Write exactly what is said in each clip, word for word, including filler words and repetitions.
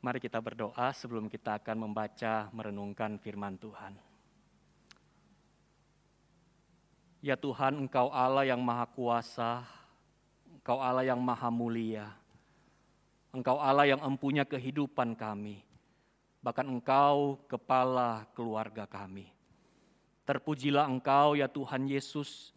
Mari kita berdoa sebelum kita akan membaca merenungkan firman Tuhan. Ya Tuhan, Engkau Allah yang Maha Kuasa, Engkau Allah yang Maha Mulia, Engkau Allah yang empunya kehidupan kami, bahkan Engkau kepala keluarga kami. Terpujilah Engkau ya Tuhan Yesus.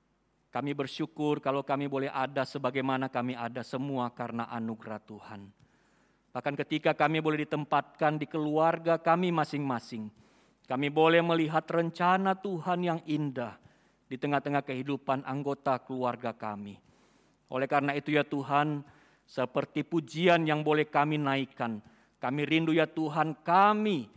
Kami bersyukur kalau kami boleh ada sebagaimana kami ada semua karena anugerah Tuhan. Bahkan ketika kami boleh ditempatkan di keluarga kami masing-masing, kami boleh melihat rencana Tuhan yang indah di tengah-tengah kehidupan anggota keluarga kami. Oleh karena itu ya Tuhan, seperti pujian yang boleh kami naikkan, kami rindu ya Tuhan, kami,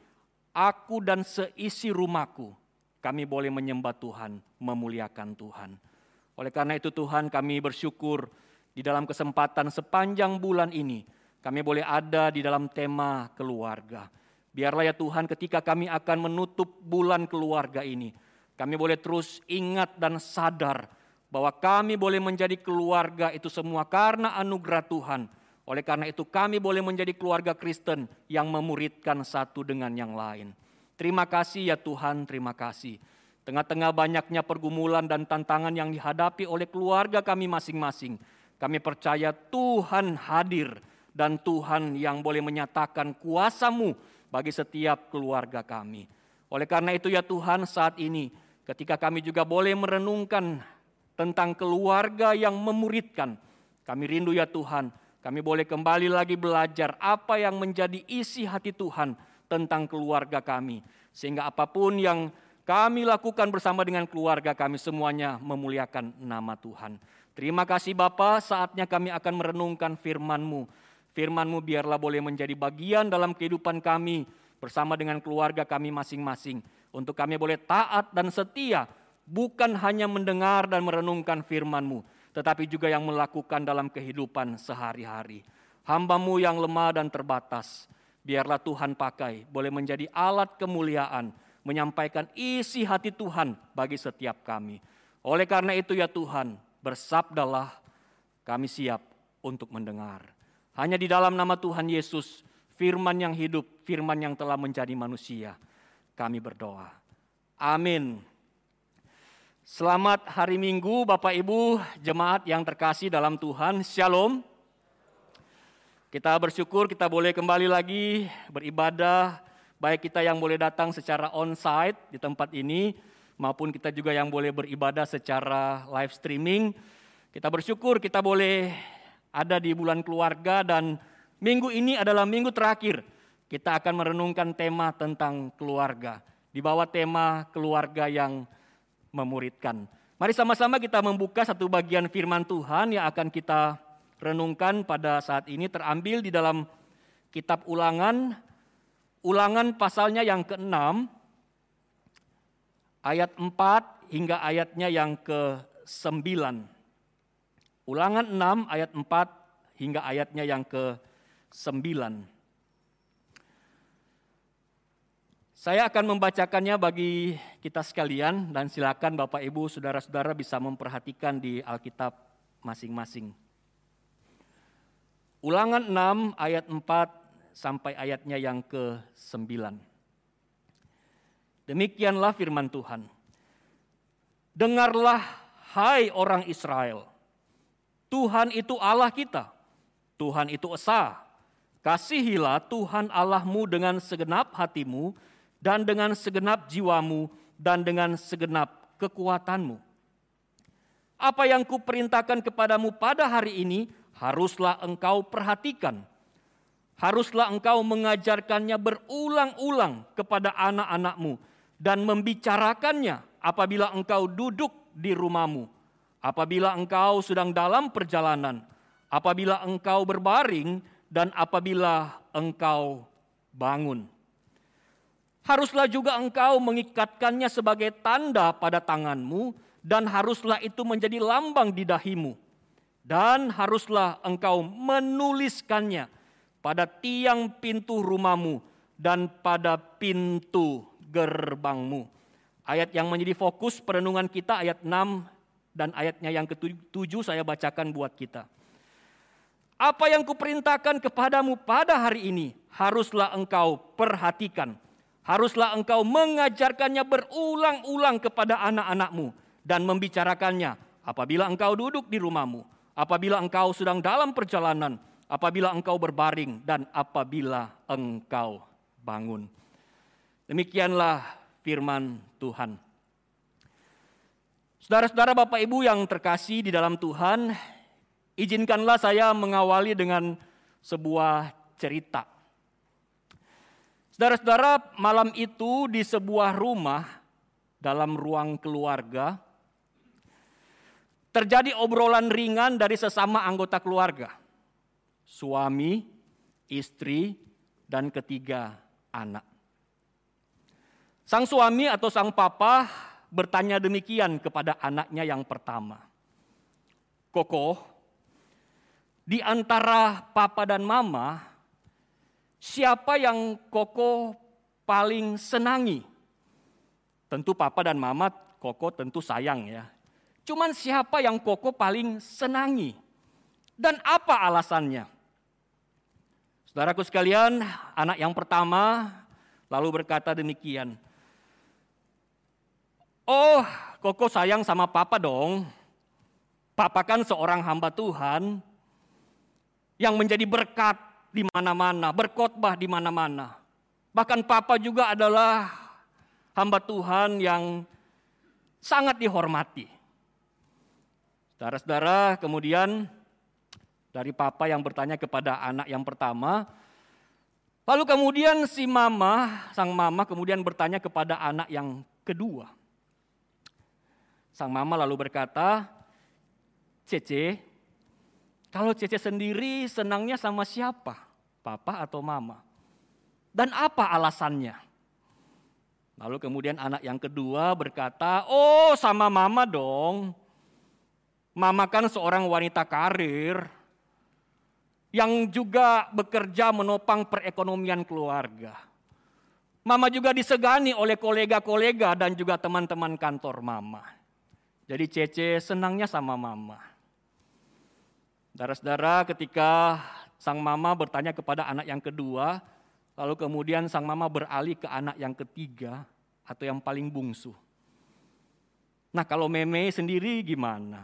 aku dan seisi rumahku, kami boleh menyembah Tuhan, memuliakan Tuhan. Oleh karena itu Tuhan, kami bersyukur di dalam kesempatan sepanjang bulan ini, kami boleh ada di dalam tema keluarga. Biarlah ya Tuhan, ketika kami akan menutup bulan keluarga ini, kami boleh terus ingat dan sadar bahwa kami boleh menjadi keluarga itu semua karena anugerah Tuhan. Oleh karena itu kami boleh menjadi keluarga Kristen yang memuridkan satu dengan yang lain. Terima kasih ya Tuhan, terima kasih. Tengah-tengah banyaknya pergumulan dan tantangan yang dihadapi oleh keluarga kami masing-masing, kami percaya Tuhan hadir dan Tuhan yang boleh menyatakan kuasa-Mu bagi setiap keluarga kami. Oleh karena itu ya Tuhan, saat ini ketika kami juga boleh merenungkan tentang keluarga yang memuridkan, kami rindu ya Tuhan, kami boleh kembali lagi belajar apa yang menjadi isi hati Tuhan tentang keluarga kami. Sehingga apapun yang kami lakukan bersama dengan keluarga kami semuanya memuliakan nama Tuhan. Terima kasih Bapa, saatnya kami akan merenungkan firman-Mu. Firman-Mu biarlah boleh menjadi bagian dalam kehidupan kami bersama dengan keluarga kami masing-masing. Untuk kami boleh taat dan setia, bukan hanya mendengar dan merenungkan firman-Mu, tetapi juga yang melakukan dalam kehidupan sehari-hari. Hamba-Mu yang lemah dan terbatas, biarlah Tuhan pakai, boleh menjadi alat kemuliaan, menyampaikan isi hati Tuhan bagi setiap kami. Oleh karena itu ya Tuhan, bersabdalah, kami siap untuk mendengar. Hanya di dalam nama Tuhan Yesus, firman yang hidup, firman yang telah menjadi manusia, kami berdoa. Amin. Selamat hari Minggu Bapak Ibu, jemaat yang terkasih dalam Tuhan. Shalom. Kita bersyukur kita boleh kembali lagi beribadah, baik kita yang boleh datang secara on-site di tempat ini, maupun kita juga yang boleh beribadah secara live streaming. Kita bersyukur kita boleh ada di bulan keluarga dan minggu ini adalah minggu terakhir. Kita akan merenungkan tema tentang keluarga. Di bawah tema keluarga yang memuridkan. Mari sama-sama kita membuka satu bagian firman Tuhan yang akan kita renungkan pada saat ini. Terambil di dalam kitab Ulangan. Ulangan pasalnya yang keenam. Ayat empat hingga ayatnya yang kesembilan. Ulangan enam ayat empat hingga ayatnya yang ke-sembilan. Saya akan membacakannya bagi kita sekalian dan silakan Bapak Ibu Saudara-saudara bisa memperhatikan di Alkitab masing-masing. Ulangan enam ayat empat sampai ayatnya yang ke-sembilan. Demikianlah firman Tuhan. Dengarlah hai orang Israel. Tuhan itu Allah kita, Tuhan itu esa. Kasihilah Tuhan Allahmu dengan segenap hatimu, dan dengan segenap jiwamu, dan dengan segenap kekuatanmu. Apa yang kuperintahkan kepadamu pada hari ini, haruslah engkau perhatikan. Haruslah engkau mengajarkannya berulang-ulang kepada anak-anakmu, dan membicarakannya apabila engkau duduk di rumahmu. Apabila engkau sedang dalam perjalanan, apabila engkau berbaring, dan apabila engkau bangun. Haruslah juga engkau mengikatkannya sebagai tanda pada tanganmu, dan haruslah itu menjadi lambang di dahimu. Dan haruslah engkau menuliskannya pada tiang pintu rumahmu dan pada pintu gerbangmu. Ayat yang menjadi fokus perenungan kita ayat enam dan ayatnya yang ketujuh saya bacakan buat kita. Apa yang kuperintahkan kepadamu pada hari ini, haruslah engkau perhatikan. Haruslah engkau mengajarkannya berulang-ulang kepada anak-anakmu dan membicarakannya apabila engkau duduk di rumahmu, apabila engkau sedang dalam perjalanan, apabila engkau berbaring, dan apabila engkau bangun. Demikianlah firman Tuhan. Saudara-saudara, Bapak Ibu yang terkasih di dalam Tuhan, izinkanlah saya mengawali dengan sebuah cerita. Saudara-saudara, malam itu di sebuah rumah dalam ruang keluarga, terjadi obrolan ringan dari sesama anggota keluarga. Suami, istri, dan ketiga anak. Sang suami atau sang papa bertanya demikian kepada anaknya yang pertama. Koko, di antara papa dan mama, siapa yang Koko paling senangi? Tentu papa dan mama Koko tentu sayang ya. Cuman siapa yang Koko paling senangi? Dan apa alasannya? Saudaraku sekalian, anak yang pertama lalu berkata demikian. Oh, Koko sayang sama papa dong. Papa kan seorang hamba Tuhan yang menjadi berkat di mana-mana, berkhotbah di mana-mana. Bahkan papa juga adalah hamba Tuhan yang sangat dihormati. Saudara-saudara, kemudian dari papa yang bertanya kepada anak yang pertama, lalu kemudian si mama, sang mama kemudian bertanya kepada anak yang kedua. Sang mama lalu berkata, Cece, kalau Cece sendiri senangnya sama siapa? Papa atau mama? Dan apa alasannya? Lalu kemudian anak yang kedua berkata, oh sama mama dong. Mama kan seorang wanita karir yang juga bekerja menopang perekonomian keluarga. Mama juga disegani oleh kolega-kolega dan juga teman-teman kantor mama. Jadi Cece senangnya sama mama. Saudara-saudara, ketika sang mama bertanya kepada anak yang kedua, lalu kemudian sang mama beralih ke anak yang ketiga atau yang paling bungsu. Nah, kalau Meme sendiri gimana?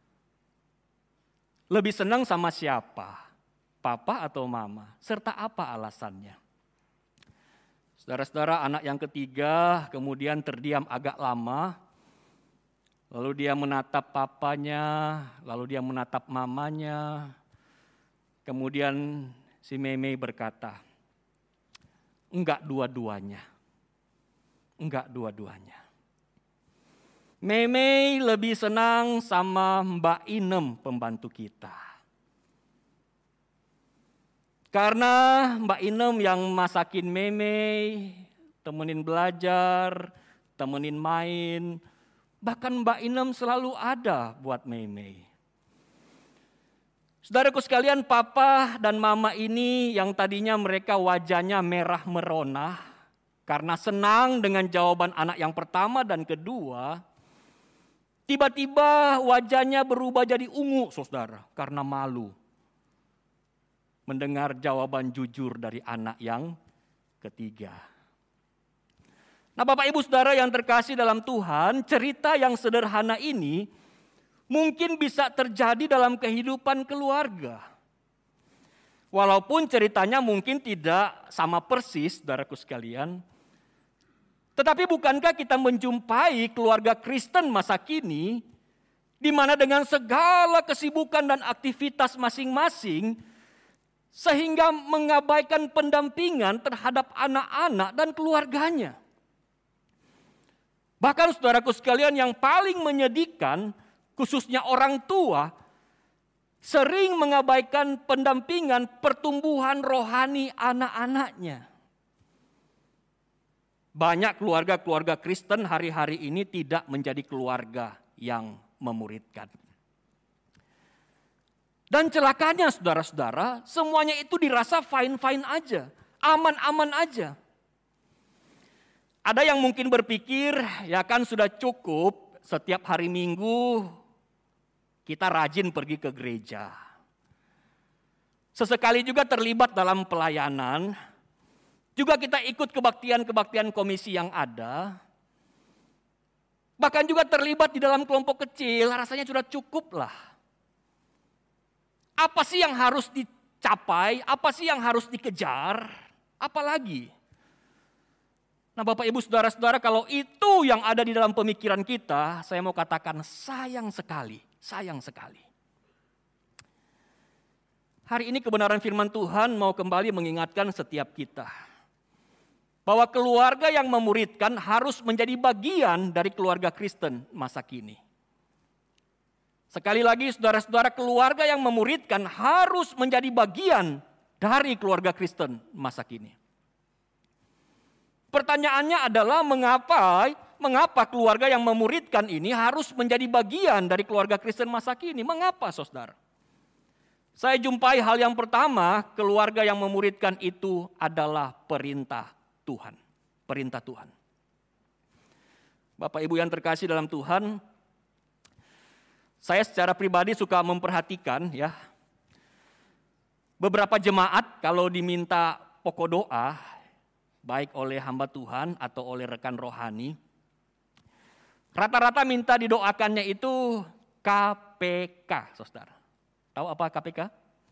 Lebih senang sama siapa? Papa atau mama? Serta apa alasannya? Saudara-saudara, anak yang ketiga kemudian terdiam agak lama. Lalu dia menatap papanya, lalu dia menatap mamanya. Kemudian si Meme berkata, enggak dua-duanya. Enggak dua-duanya. Meme lebih senang sama Mbak Inem, pembantu kita. Karena Mbak Inem yang masakin Meme, temenin belajar, temenin main. Bahkan Mbak Inem selalu ada buat Meme. Saudaraku sekalian, papa dan mama ini yang tadinya mereka wajahnya merah merona karena senang dengan jawaban anak yang pertama dan kedua, tiba-tiba wajahnya berubah jadi ungu, saudara, karena malu mendengar jawaban jujur dari anak yang ketiga. Nah, Bapak Ibu Saudara yang terkasih dalam Tuhan, cerita yang sederhana ini mungkin bisa terjadi dalam kehidupan keluarga. Walaupun ceritanya mungkin tidak sama persis, saudaraku sekalian. Tetapi bukankah kita menjumpai keluarga Kristen masa kini, di mana dengan segala kesibukan dan aktivitas masing-masing, sehingga mengabaikan pendampingan terhadap anak-anak dan keluarganya. Bahkan saudaraku sekalian, yang paling menyedihkan, khususnya orang tua, sering mengabaikan pendampingan pertumbuhan rohani anak-anaknya. Banyak keluarga-keluarga Kristen hari-hari ini tidak menjadi keluarga yang memuridkan. Dan celakanya saudara-saudara, semuanya itu dirasa fine-fine aja, aman-aman aja. Ada yang mungkin berpikir, ya kan sudah cukup setiap hari Minggu kita rajin pergi ke gereja. Sesekali juga terlibat dalam pelayanan, Juga kita ikut kebaktian-kebaktian komisi yang ada. Bahkan juga terlibat di dalam kelompok kecil, rasanya sudah cukup lah. Apa sih yang harus dicapai? Apa sih yang harus dikejar? Apalagi? Nah Bapak Ibu Saudara-saudara, kalau itu yang ada di dalam pemikiran kita, saya mau katakan sayang sekali, sayang sekali. Hari ini kebenaran firman Tuhan mau kembali mengingatkan setiap kita. Bahwa keluarga yang memuridkan harus menjadi bagian dari keluarga Kristen masa kini. Sekali lagi saudara-saudara, keluarga yang memuridkan harus menjadi bagian dari keluarga Kristen masa kini. Pertanyaannya adalah mengapa, mengapa keluarga yang memuridkan ini harus menjadi bagian dari keluarga Kristen masa kini? Mengapa saudara? Saya jumpai hal yang pertama, keluarga yang memuridkan itu adalah perintah Tuhan, perintah Tuhan. Bapak Ibu yang terkasih dalam Tuhan, saya secara pribadi suka memperhatikan ya, beberapa jemaat kalau diminta pokok doa, baik oleh hamba Tuhan atau oleh rekan rohani, rata-rata minta didoakannya itu K P K, saudara. Tahu apa K P K?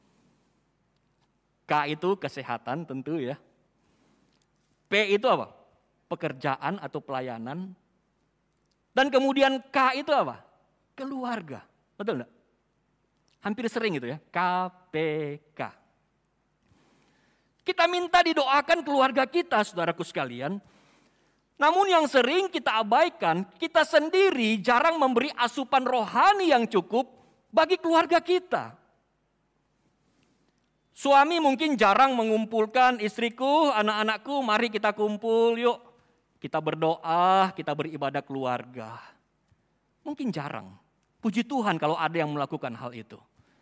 K itu kesehatan tentu ya. P itu apa? Pekerjaan atau pelayanan. Dan kemudian K itu apa? Keluarga. Betul enggak? Hampir sering itu ya. K P K. Kita minta didoakan keluarga kita, saudaraku sekalian. Namun yang sering kita abaikan, kita sendiri jarang memberi asupan rohani yang cukup bagi keluarga kita. Suami mungkin jarang mengumpulkan istriku, anak-anakku, mari kita kumpul yuk. Kita berdoa, kita beribadah keluarga. Mungkin jarang. Puji Tuhan kalau ada yang melakukan hal itu.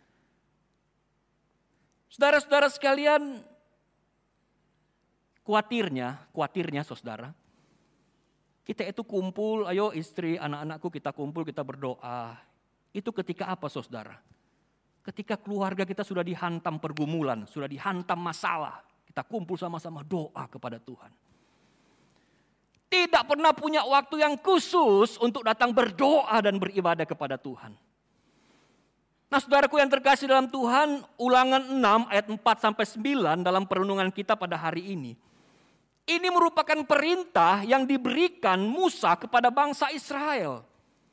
Saudara-saudara sekalian, khawatirnya, khawatirnya saudara, kita itu kumpul, ayo istri, anak-anakku kita kumpul, kita berdoa. Itu ketika apa saudara? Ketika keluarga kita sudah dihantam pergumulan, sudah dihantam masalah, kita kumpul sama-sama doa kepada Tuhan. Tidak pernah punya waktu yang khusus untuk datang berdoa dan beribadah kepada Tuhan. Nah saudaraku yang terkasih dalam Tuhan, Ulangan enam ayat empat sampai sembilan dalam perenungan kita pada hari ini. Ini merupakan perintah yang diberikan Musa kepada bangsa Israel.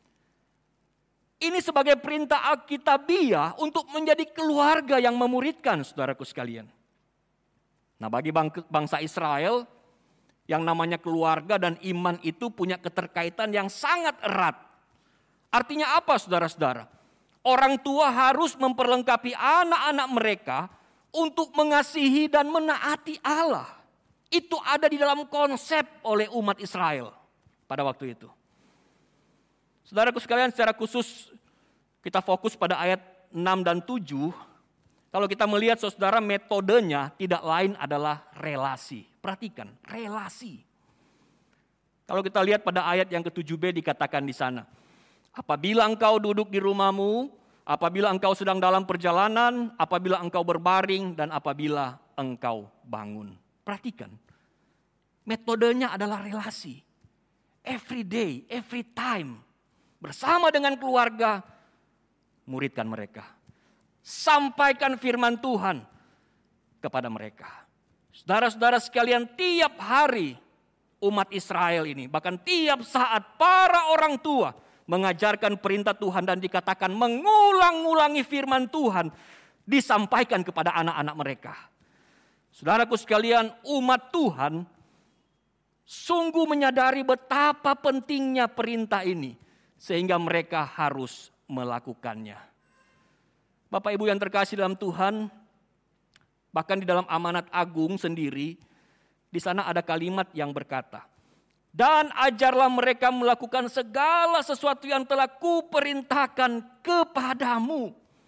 Ini sebagai perintah Alkitabiah untuk menjadi keluarga yang memuridkan, saudaraku sekalian. Nah bagi bangsa Israel, yang namanya keluarga dan iman itu punya keterkaitan yang sangat erat. Artinya apa saudara-saudara? Orang tua harus memperlengkapi anak-anak mereka untuk mengasihi dan menaati Allah. Itu ada di dalam konsep oleh umat Israel pada waktu itu. Saudaraku sekalian, secara khusus kita fokus pada ayat enam dan tujuh. Kalau kita melihat saudara, metodenya tidak lain adalah relasi. Perhatikan, relasi. Kalau kita lihat pada ayat yang ketujuh b dikatakan di sana. Apabila engkau duduk di rumahmu, apabila engkau sedang dalam perjalanan, apabila engkau berbaring, dan apabila engkau bangun. Perhatikan, metodenya adalah relasi. Every day, every time. Bersama dengan keluarga, muridkan mereka. Sampaikan firman Tuhan kepada mereka. Saudara-saudara sekalian, tiap hari umat Israel ini, bahkan tiap saat para orang tua mengajarkan perintah Tuhan dan dikatakan mengulang-ulangi firman Tuhan disampaikan kepada anak-anak mereka. Saudaraku sekalian, umat Tuhan sungguh menyadari betapa pentingnya perintah ini sehingga mereka harus melakukannya. Bapak Ibu yang terkasih dalam Tuhan, bahkan di dalam amanat agung sendiri, di sana ada kalimat yang berkata, dan ajarlah mereka melakukan segala sesuatu yang telah kuperintahkan kepadamu.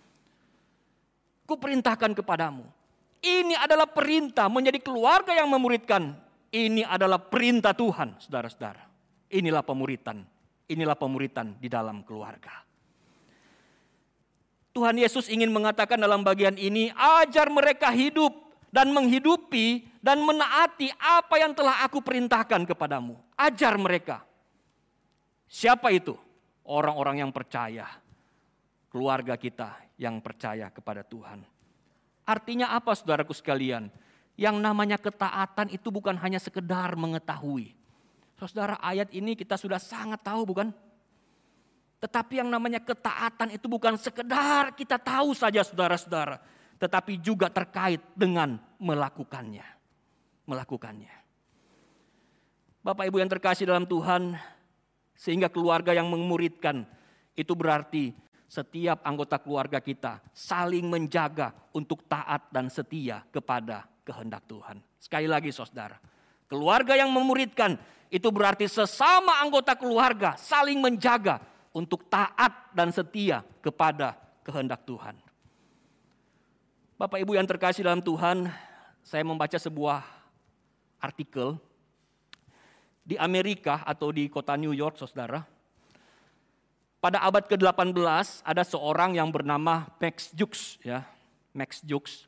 Kuperintahkan kepadamu. Ini adalah perintah menjadi keluarga yang memuridkan. Ini adalah perintah Tuhan, saudara-saudara. Inilah pemuritan. Inilah pemuritan di dalam keluarga. Tuhan Yesus ingin mengatakan dalam bagian ini, ajar mereka hidup dan menghidupi dan menaati apa yang telah aku perintahkan kepadamu. Ajar mereka. Siapa itu? Orang-orang yang percaya. Keluarga kita yang percaya kepada Tuhan. Artinya apa saudaraku sekalian? Yang namanya ketaatan itu bukan hanya sekedar mengetahui. Saudara, ayat ini kita sudah sangat tahu bukan? Tetapi yang namanya ketaatan itu bukan sekedar kita tahu saja saudara-saudara. Tetapi juga terkait dengan melakukannya. Melakukannya. Bapak Ibu yang terkasih dalam Tuhan, sehingga keluarga yang memuridkan itu berarti setiap anggota keluarga kita saling menjaga untuk taat dan setia kepada kehendak Tuhan. Sekali lagi saudara, keluarga yang memuridkan itu berarti sesama anggota keluarga saling menjaga untuk taat dan setia kepada kehendak Tuhan. Bapak Ibu yang terkasih dalam Tuhan, saya membaca sebuah artikel di Amerika atau di kota New York, saudara. Pada abad ke delapan belas ada seorang yang bernama Max Jukes, ya, Max Jukes.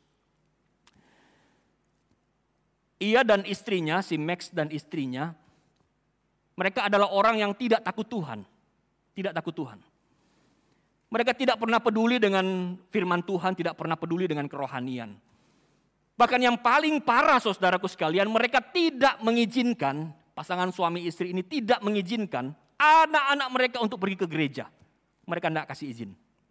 Ia dan istrinya, si Max dan istrinya, mereka adalah orang yang tidak takut Tuhan, tidak takut Tuhan. Mereka tidak pernah peduli dengan firman Tuhan, tidak pernah peduli dengan kerohanian. Bahkan yang paling parah saudaraku sekalian, mereka tidak mengizinkan, pasangan suami istri ini tidak mengizinkan anak-anak mereka untuk pergi ke gereja. Mereka tidak kasih izin.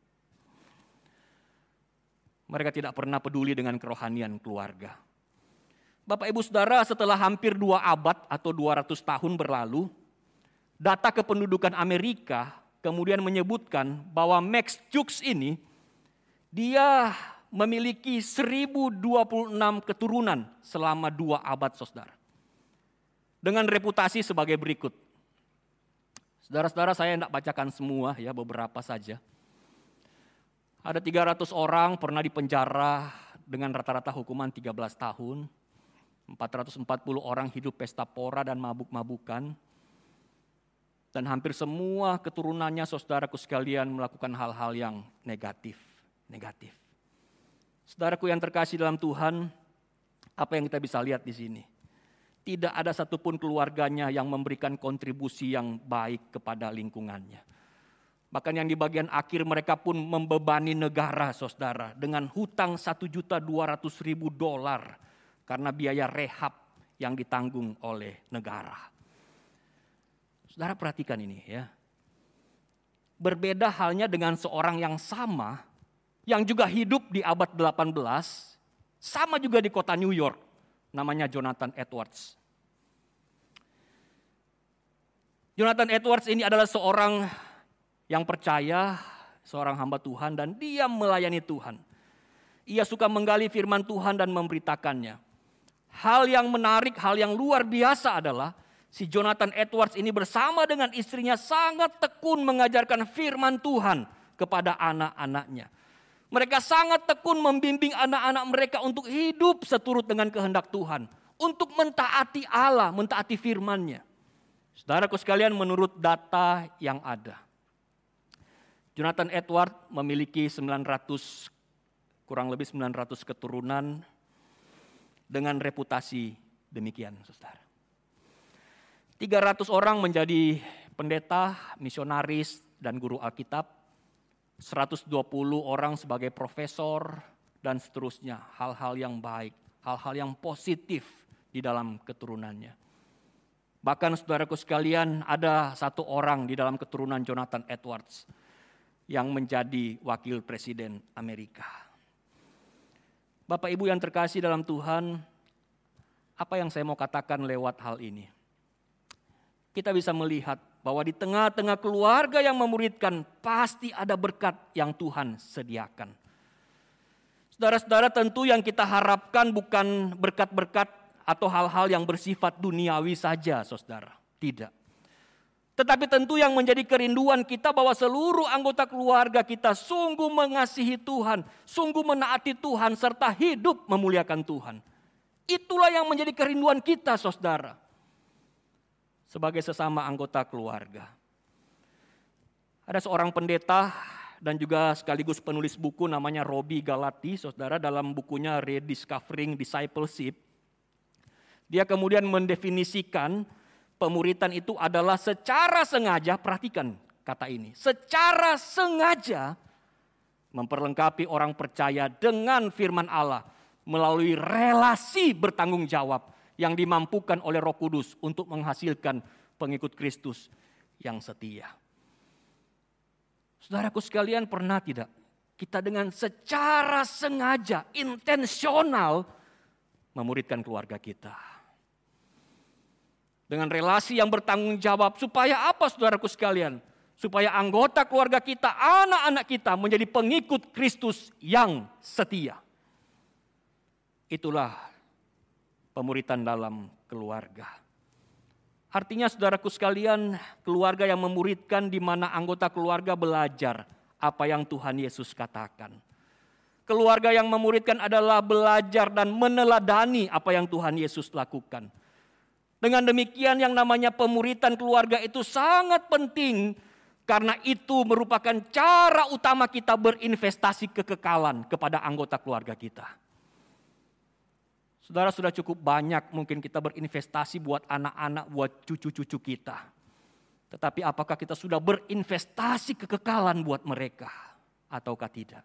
Mereka tidak pernah peduli dengan kerohanian keluarga. Bapak Ibu Saudara, setelah hampir dua abad atau dua ratus tahun berlalu, data kependudukan Amerika kemudian menyebutkan bahwa Max Jukes ini, dia memiliki seribu dua puluh enam keturunan selama dua abad saudara. Dengan reputasi sebagai berikut. Saudara-saudara, saya tidak bacakan semua ya, beberapa saja. Ada tiga ratus orang pernah dipenjara dengan rata-rata hukuman tiga belas tahun. empat ratus empat puluh orang hidup pesta pora dan mabuk-mabukan. Dan hampir semua keturunannya saudaraku sekalian melakukan hal-hal yang negatif. Negatif. Saudaraku yang terkasih dalam Tuhan, apa yang kita bisa lihat di sini? Tidak ada satupun keluarganya yang memberikan kontribusi yang baik kepada lingkungannya. Bahkan yang di bagian akhir mereka pun membebani negara saudara dengan hutang satu juta dua ratus ribu dolar karena biaya rehab yang ditanggung oleh negara. Saudara perhatikan ini ya. Berbeda halnya dengan seorang yang sama yang juga hidup di abad delapan belas, sama juga di kota New York, namanya Jonathan Edwards. Jonathan Edwards ini adalah seorang yang percaya, seorang hamba Tuhan dan dia melayani Tuhan. Ia suka menggali firman Tuhan dan memberitakannya. Hal yang menarik, hal yang luar biasa adalah si Jonathan Edwards ini bersama dengan istrinya sangat tekun mengajarkan firman Tuhan kepada anak-anaknya. Mereka sangat tekun membimbing anak-anak mereka untuk hidup seturut dengan kehendak Tuhan. Untuk mentaati Allah, mentaati firman-Nya. Saudaraku sekalian, menurut data yang ada, Jonathan Edwards memiliki sembilan ratus, kurang lebih sembilan ratus keturunan dengan reputasi demikian, saudara. tiga ratus orang menjadi pendeta, misionaris, dan guru Alkitab. seratus dua puluh orang sebagai profesor, dan seterusnya. Hal-hal yang baik, hal-hal yang positif di dalam keturunannya. Bahkan saudaraku sekalian, ada satu orang di dalam keturunan Jonathan Edwards yang menjadi wakil presiden Amerika. Bapak Ibu yang terkasih dalam Tuhan, apa yang saya mau katakan lewat hal ini? Kita bisa melihat bahwa di tengah-tengah keluarga yang memuridkan pasti ada berkat yang Tuhan sediakan. Saudara-saudara, tentu yang kita harapkan bukan berkat-berkat atau hal-hal yang bersifat duniawi saja, saudara. Tidak. Tetapi tentu yang menjadi kerinduan kita bahwa seluruh anggota keluarga kita sungguh mengasihi Tuhan, sungguh menaati Tuhan, serta hidup memuliakan Tuhan. Itulah yang menjadi kerinduan kita, saudara. Sebagai sesama anggota keluarga. Ada seorang pendeta dan juga sekaligus penulis buku namanya Robbie Galati, saudara, dalam bukunya Rediscovering Discipleship. Dia kemudian mendefinisikan pemuritan itu adalah secara sengaja, perhatikan kata ini, secara sengaja memperlengkapi orang percaya dengan firman Allah melalui relasi bertanggung jawab yang dimampukan oleh Roh Kudus untuk menghasilkan pengikut Kristus yang setia. Saudaraku sekalian, pernah tidak kita dengan secara sengaja, intensional memuridkan keluarga kita? Dengan relasi yang bertanggung jawab, supaya apa saudaraku sekalian? Supaya anggota keluarga kita, anak-anak kita menjadi pengikut Kristus yang setia. Itulah pemuritan dalam keluarga. Artinya saudaraku sekalian, keluarga yang memuridkan di mana anggota keluarga belajar apa yang Tuhan Yesus katakan. Keluarga yang memuridkan adalah belajar dan meneladani apa yang Tuhan Yesus lakukan. Dengan demikian yang namanya pemuritan keluarga itu sangat penting karena itu merupakan cara utama kita berinvestasi kekekalan kepada anggota keluarga kita. Saudara, sudah cukup banyak mungkin kita berinvestasi buat anak-anak, buat cucu-cucu kita. Tetapi apakah kita sudah berinvestasi kekekalan buat mereka ataukah tidak?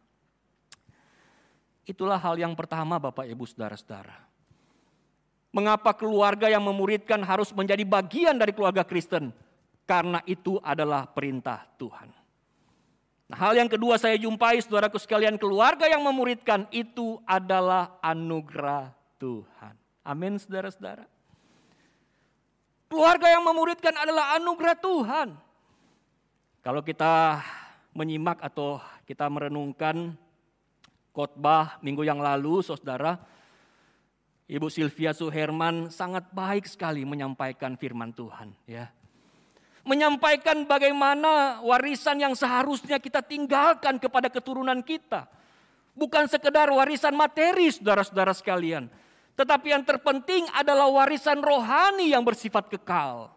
Itulah hal yang pertama Bapak Ibu Saudara-saudara. Mengapa keluarga yang memuridkan harus menjadi bagian dari keluarga Kristen? Karena itu adalah perintah Tuhan. Nah, hal yang kedua saya jumpai saudaraku sekalian, keluarga yang memuridkan itu adalah anugerah Tuhan. Amin saudara-saudara. Keluarga yang memuridkan adalah anugerah Tuhan. Kalau kita menyimak atau kita merenungkan khotbah minggu yang lalu, saudara, Ibu Sylvia Suherman sangat baik sekali menyampaikan firman Tuhan. Ya, menyampaikan bagaimana warisan yang seharusnya kita tinggalkan kepada keturunan kita. Bukan sekedar warisan materi saudara-saudara sekalian. Tetapi yang terpenting adalah warisan rohani yang bersifat kekal.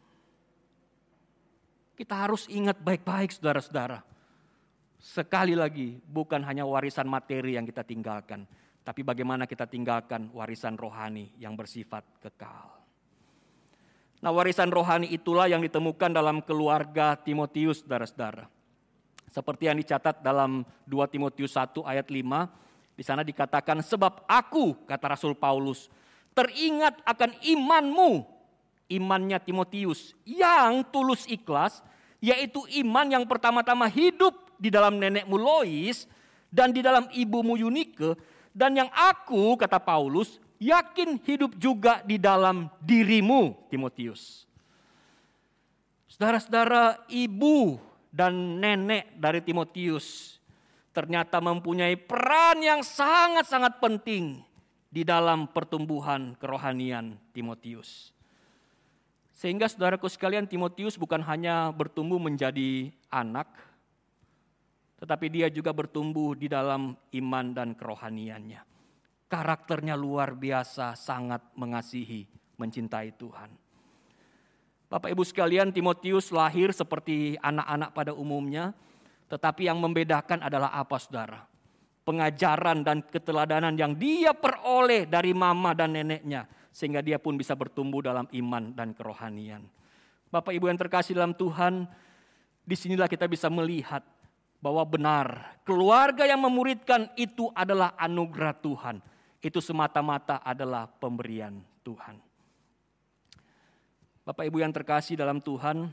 Kita harus ingat baik-baik saudara-saudara. Sekali lagi, bukan hanya warisan materi yang kita tinggalkan. Tapi bagaimana kita tinggalkan warisan rohani yang bersifat kekal. Nah, warisan rohani itulah yang ditemukan dalam keluarga Timotius saudara-saudara. Seperti yang dicatat dalam dua Timotius satu ayat lima. Di sana dikatakan, sebab aku, kata Rasul Paulus, teringat akan imanmu, imannya Timotius, yang tulus ikhlas, yaitu iman yang pertama-tama hidup di dalam nenekmu Lois, dan di dalam ibumu Yunike, dan yang aku, kata Paulus, yakin hidup juga di dalam dirimu, Timotius. Saudara-saudara, ibu dan nenek dari Timotius ternyata mempunyai peran yang sangat-sangat penting di dalam pertumbuhan kerohanian Timotius. Sehingga saudaraku sekalian, Timotius bukan hanya bertumbuh menjadi anak, tetapi dia juga bertumbuh di dalam iman dan kerohaniannya. Karakternya luar biasa, sangat mengasihi, mencintai Tuhan. Bapak Ibu sekalian, Timotius lahir seperti anak-anak pada umumnya. Tetapi yang membedakan adalah apa saudara? Pengajaran dan keteladanan yang dia peroleh dari mama dan neneknya. Sehingga dia pun bisa bertumbuh dalam iman dan kerohanian. Bapak Ibu yang terkasih dalam Tuhan, disinilah kita bisa melihat bahwa benar keluarga yang memuridkan itu adalah anugerah Tuhan. Itu semata-mata adalah pemberian Tuhan. Bapak Ibu yang terkasih dalam Tuhan,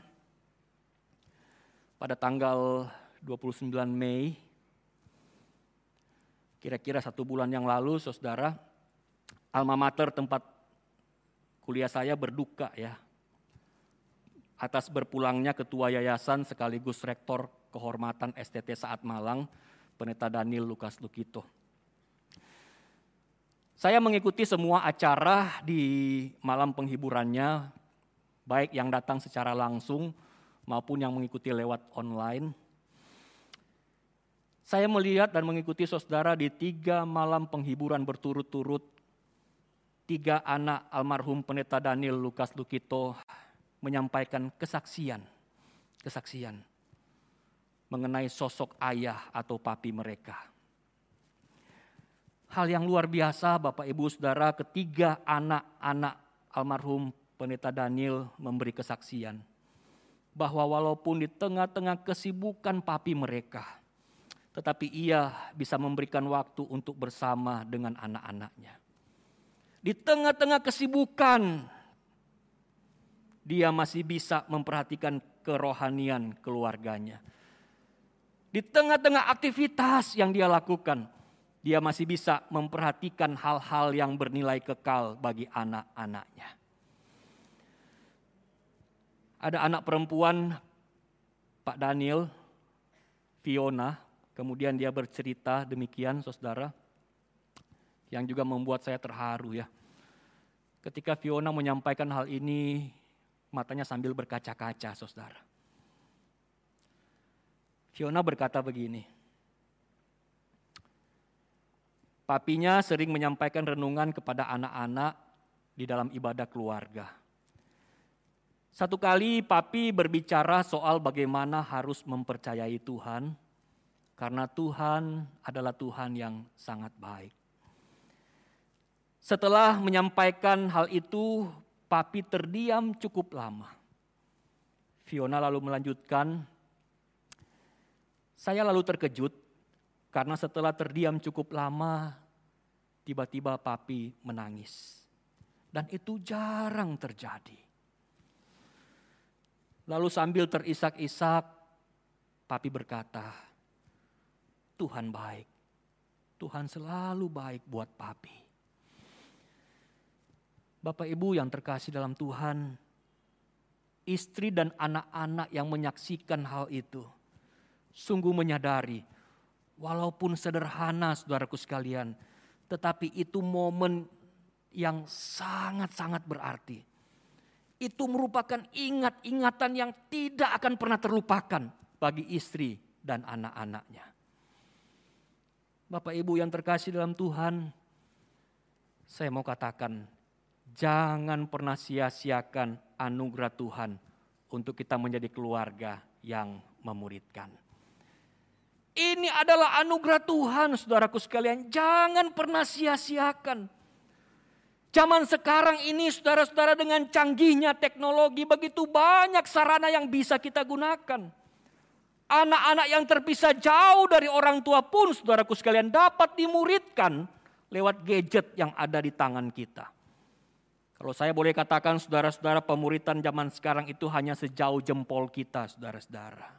pada tanggal dua puluh sembilan Mei, kira-kira satu bulan yang lalu, saudara, alma mater tempat kuliah saya berduka ya, atas berpulangnya ketua yayasan sekaligus rektor kehormatan S T T Saat Malang, Pendeta Daniel Lukas Lukito. Saya mengikuti semua acara di malam penghiburannya, baik yang datang secara langsung maupun yang mengikuti lewat online. Saya melihat dan mengikuti saudara di tiga malam penghiburan berturut-turut, tiga anak almarhum Pendeta Daniel Lukas Lukito menyampaikan kesaksian, kesaksian mengenai sosok ayah atau papi mereka. Hal yang luar biasa Bapak Ibu Saudara, ketiga anak-anak almarhum Pendeta Daniel memberi kesaksian bahwa walaupun di tengah-tengah kesibukan papi mereka, tetapi ia bisa memberikan waktu untuk bersama dengan anak-anaknya. Di tengah-tengah kesibukan, dia masih bisa memperhatikan kerohanian keluarganya. Di tengah-tengah aktivitas yang dia lakukan, dia masih bisa memperhatikan hal-hal yang bernilai kekal bagi anak-anaknya. Ada anak perempuan Pak Daniel, Fiona, kemudian dia bercerita demikian, saudara, yang juga membuat saya terharu ya. Ketika Fiona menyampaikan hal ini, matanya sambil berkaca-kaca, saudara. Fiona berkata begini, papinya sering menyampaikan renungan kepada anak-anak di dalam ibadah keluarga. Satu kali papi berbicara soal bagaimana harus mempercayai Tuhan, karena Tuhan adalah Tuhan yang sangat baik. Setelah menyampaikan hal itu, papi terdiam cukup lama. Fiona lalu melanjutkan, saya lalu terkejut karena setelah terdiam cukup lama, tiba-tiba papi menangis. Dan itu jarang terjadi. Lalu sambil terisak-isak, papi berkata, Tuhan baik. Tuhan selalu baik buat papi. Bapak Ibu yang terkasih dalam Tuhan, istri dan anak-anak yang menyaksikan hal itu, sungguh menyadari, walaupun sederhana saudaraku sekalian, tetapi itu momen yang sangat-sangat berarti. Itu merupakan ingat-ingatan yang tidak akan pernah terlupakan bagi istri dan anak-anaknya. Bapak Ibu yang terkasih dalam Tuhan, saya mau katakan, jangan pernah sia-siakan anugerah Tuhan untuk kita menjadi keluarga yang memuridkan. Ini adalah anugerah Tuhan, saudaraku sekalian, jangan pernah sia-siakan. Zaman sekarang ini saudara-saudara dengan canggihnya teknologi begitu banyak sarana yang bisa kita gunakan. Anak-anak yang terpisah jauh dari orang tua pun saudaraku sekalian dapat dimuridkan lewat gadget yang ada di tangan kita. Kalau saya boleh katakan saudara-saudara, pemuridan zaman sekarang itu hanya sejauh jempol kita, saudara-saudara.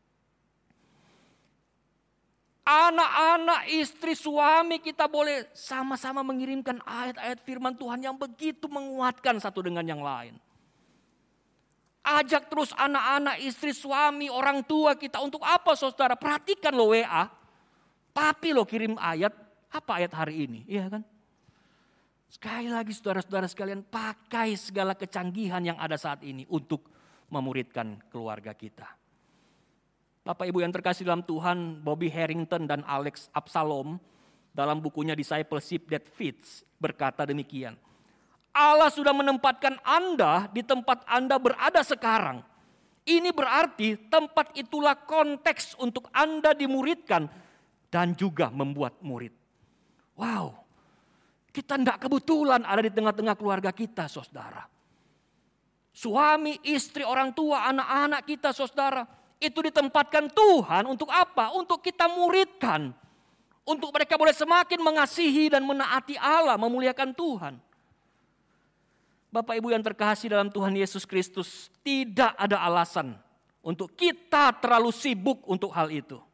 Anak-anak, istri, suami kita boleh sama-sama mengirimkan ayat-ayat firman Tuhan yang begitu menguatkan satu dengan yang lain. Ajak terus anak-anak, istri, suami, orang tua kita untuk apa saudara? Perhatikan lo W A. Papi lo kirim ayat, apa ayat hari ini? Iya kan? Sekali lagi saudara-saudara sekalian, pakai segala kecanggihan yang ada saat ini untuk memuridkan keluarga kita. Bapak Ibu yang terkasih dalam Tuhan, Bobby Harrington dan Alex Absalom dalam bukunya Discipleship That Fits berkata demikian. Allah sudah menempatkan Anda di tempat Anda berada sekarang. Ini berarti tempat itulah konteks untuk Anda dimuridkan dan juga membuat murid. Wow, kita tidak kebetulan ada di tengah-tengah keluarga kita, saudara. Suami, istri, orang tua, anak-anak kita, saudara. Itu ditempatkan Tuhan untuk apa? Untuk kita muridkan. Untuk mereka boleh semakin mengasihi dan menaati Allah, memuliakan Tuhan. Bapak Ibu yang terkasih dalam Tuhan Yesus Kristus, tidak ada alasan untuk kita terlalu sibuk untuk hal itu.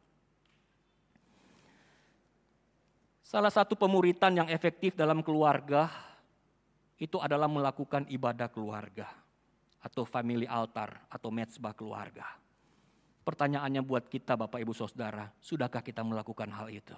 Salah satu pemuritan yang efektif dalam keluarga itu adalah melakukan ibadah keluarga atau family altar atau mezbah keluarga. Pertanyaannya buat kita Bapak Ibu Saudara, sudahkah kita melakukan hal itu?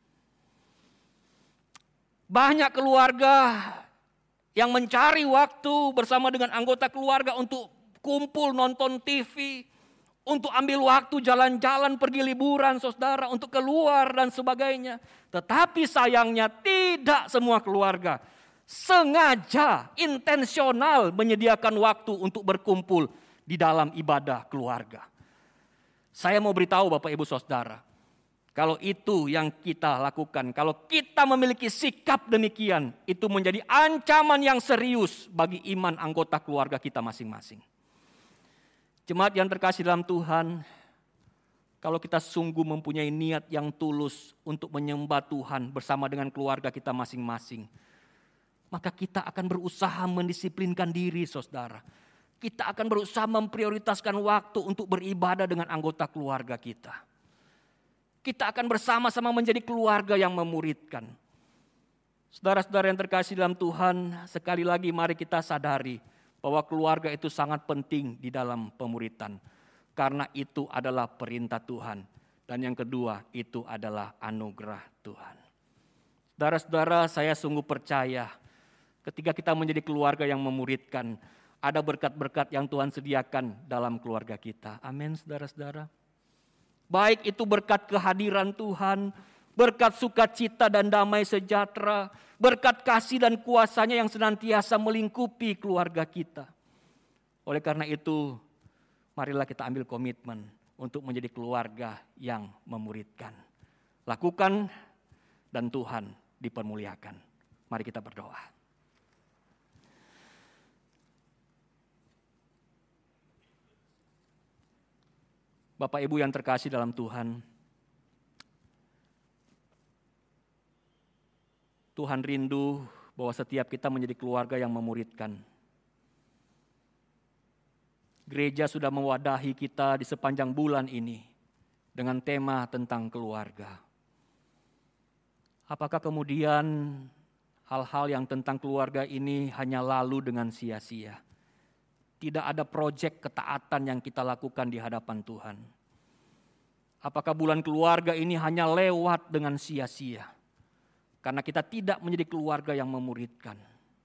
Banyak keluarga yang mencari waktu bersama dengan anggota keluarga untuk kumpul nonton T V, untuk ambil waktu jalan-jalan pergi liburan saudara, untuk keluar dan sebagainya. Tetapi sayangnya tidak semua keluarga sengaja, intensional menyediakan waktu untuk berkumpul di dalam ibadah keluarga. Saya mau beritahu Bapak Ibu Saudara, Kalau itu yang kita lakukan, kalau kita memiliki sikap demikian, itu menjadi ancaman yang serius bagi iman anggota keluarga kita masing-masing. Jemaat yang terkasih dalam Tuhan, kalau kita sungguh mempunyai niat yang tulus untuk menyembah Tuhan bersama dengan keluarga kita masing-masing, maka kita akan berusaha mendisiplinkan diri, saudara. Kita akan berusaha memprioritaskan waktu untuk beribadah dengan anggota keluarga kita. Kita akan bersama-sama menjadi keluarga yang memuridkan. Saudara-saudara yang terkasih dalam Tuhan, sekali lagi mari kita sadari bahwa keluarga itu sangat penting di dalam pemuridan. Karena itu adalah perintah Tuhan. Dan yang kedua, itu adalah anugerah Tuhan. Saudara-saudara, saya sungguh percaya ketika kita menjadi keluarga yang memuridkan, ada berkat-berkat yang Tuhan sediakan dalam keluarga kita. Amin, saudara-saudara. Baik itu berkat kehadiran Tuhan, berkat sukacita dan damai sejahtera, berkat kasih dan kuasa-Nya yang senantiasa melingkupi keluarga kita. Oleh karena itu, marilah kita ambil komitmen untuk menjadi keluarga yang memuridkan. Lakukan dan Tuhan dipermuliakan. Mari kita berdoa. Bapak Ibu yang terkasih dalam Tuhan, Tuhan rindu bahwa setiap kita menjadi keluarga yang memuridkan. Gereja sudah mewadahi kita di sepanjang bulan ini dengan tema tentang keluarga. Apakah kemudian hal-hal yang tentang keluarga ini hanya lalu dengan sia-sia? Tidak ada proyek ketaatan yang kita lakukan di hadapan Tuhan. Apakah bulan keluarga ini hanya lewat dengan sia-sia? Karena kita tidak menjadi keluarga yang memuridkan.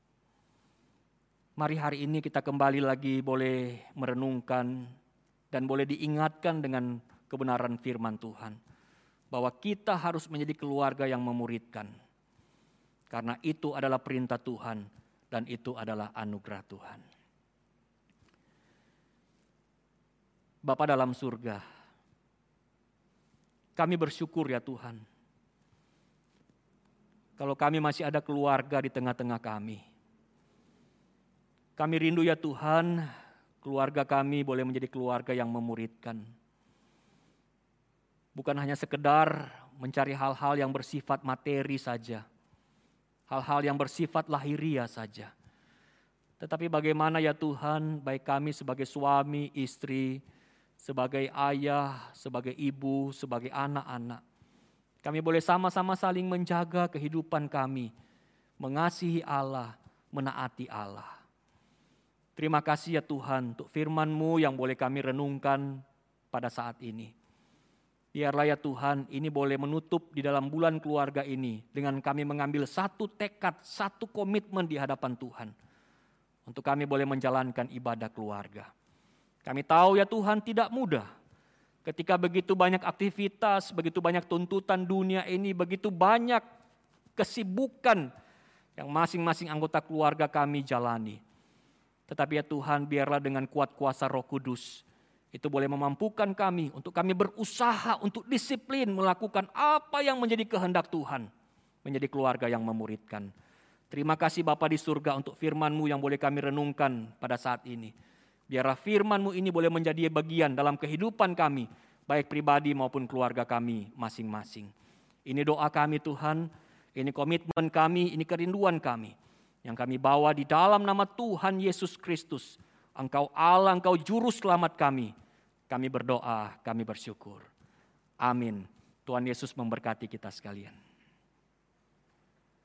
Mari hari ini kita kembali lagi boleh merenungkan dan boleh diingatkan dengan kebenaran firman Tuhan. Bahwa kita harus menjadi keluarga yang memuridkan. Karena itu adalah perintah Tuhan dan itu adalah anugerah Tuhan. Bapa dalam surga, kami bersyukur ya Tuhan. Kalau kami masih ada keluarga di tengah-tengah kami. Kami rindu ya Tuhan, keluarga kami boleh menjadi keluarga yang memuridkan. Bukan hanya sekedar mencari hal-hal yang bersifat materi saja. Hal-hal yang bersifat lahiriah saja. Tetapi bagaimana ya Tuhan, baik kami sebagai suami, istri, sebagai ayah, sebagai ibu, sebagai anak-anak. Kami boleh sama-sama saling menjaga kehidupan kami, mengasihi Allah, menaati Allah. Terima kasih ya Tuhan untuk firman-Mu yang boleh kami renungkan pada saat ini. Biarlah ya Tuhan ini boleh menutup di dalam bulan keluarga ini dengan kami mengambil satu tekad, satu komitmen di hadapan Tuhan. Untuk kami boleh menjalankan ibadah keluarga. Kami tahu ya Tuhan tidak mudah. Ketika begitu banyak aktivitas, begitu banyak tuntutan dunia ini, begitu banyak kesibukan yang masing-masing anggota keluarga kami jalani. Tetapi ya Tuhan biarlah dengan kuat kuasa Roh Kudus, itu boleh memampukan kami untuk kami berusaha untuk disiplin melakukan apa yang menjadi kehendak Tuhan. Menjadi keluarga yang memuridkan. Terima kasih Bapa di surga untuk firman-Mu yang boleh kami renungkan pada saat ini. Biarlah firman-Mu ini boleh menjadi bagian dalam kehidupan kami, baik pribadi maupun keluarga kami masing-masing. Ini doa kami Tuhan, ini komitmen kami, ini kerinduan kami. Yang kami bawa di dalam nama Tuhan Yesus Kristus. Engkau Allah, Engkau Juru Selamat kami. Kami berdoa, kami bersyukur. Amin. Tuhan Yesus memberkati kita sekalian.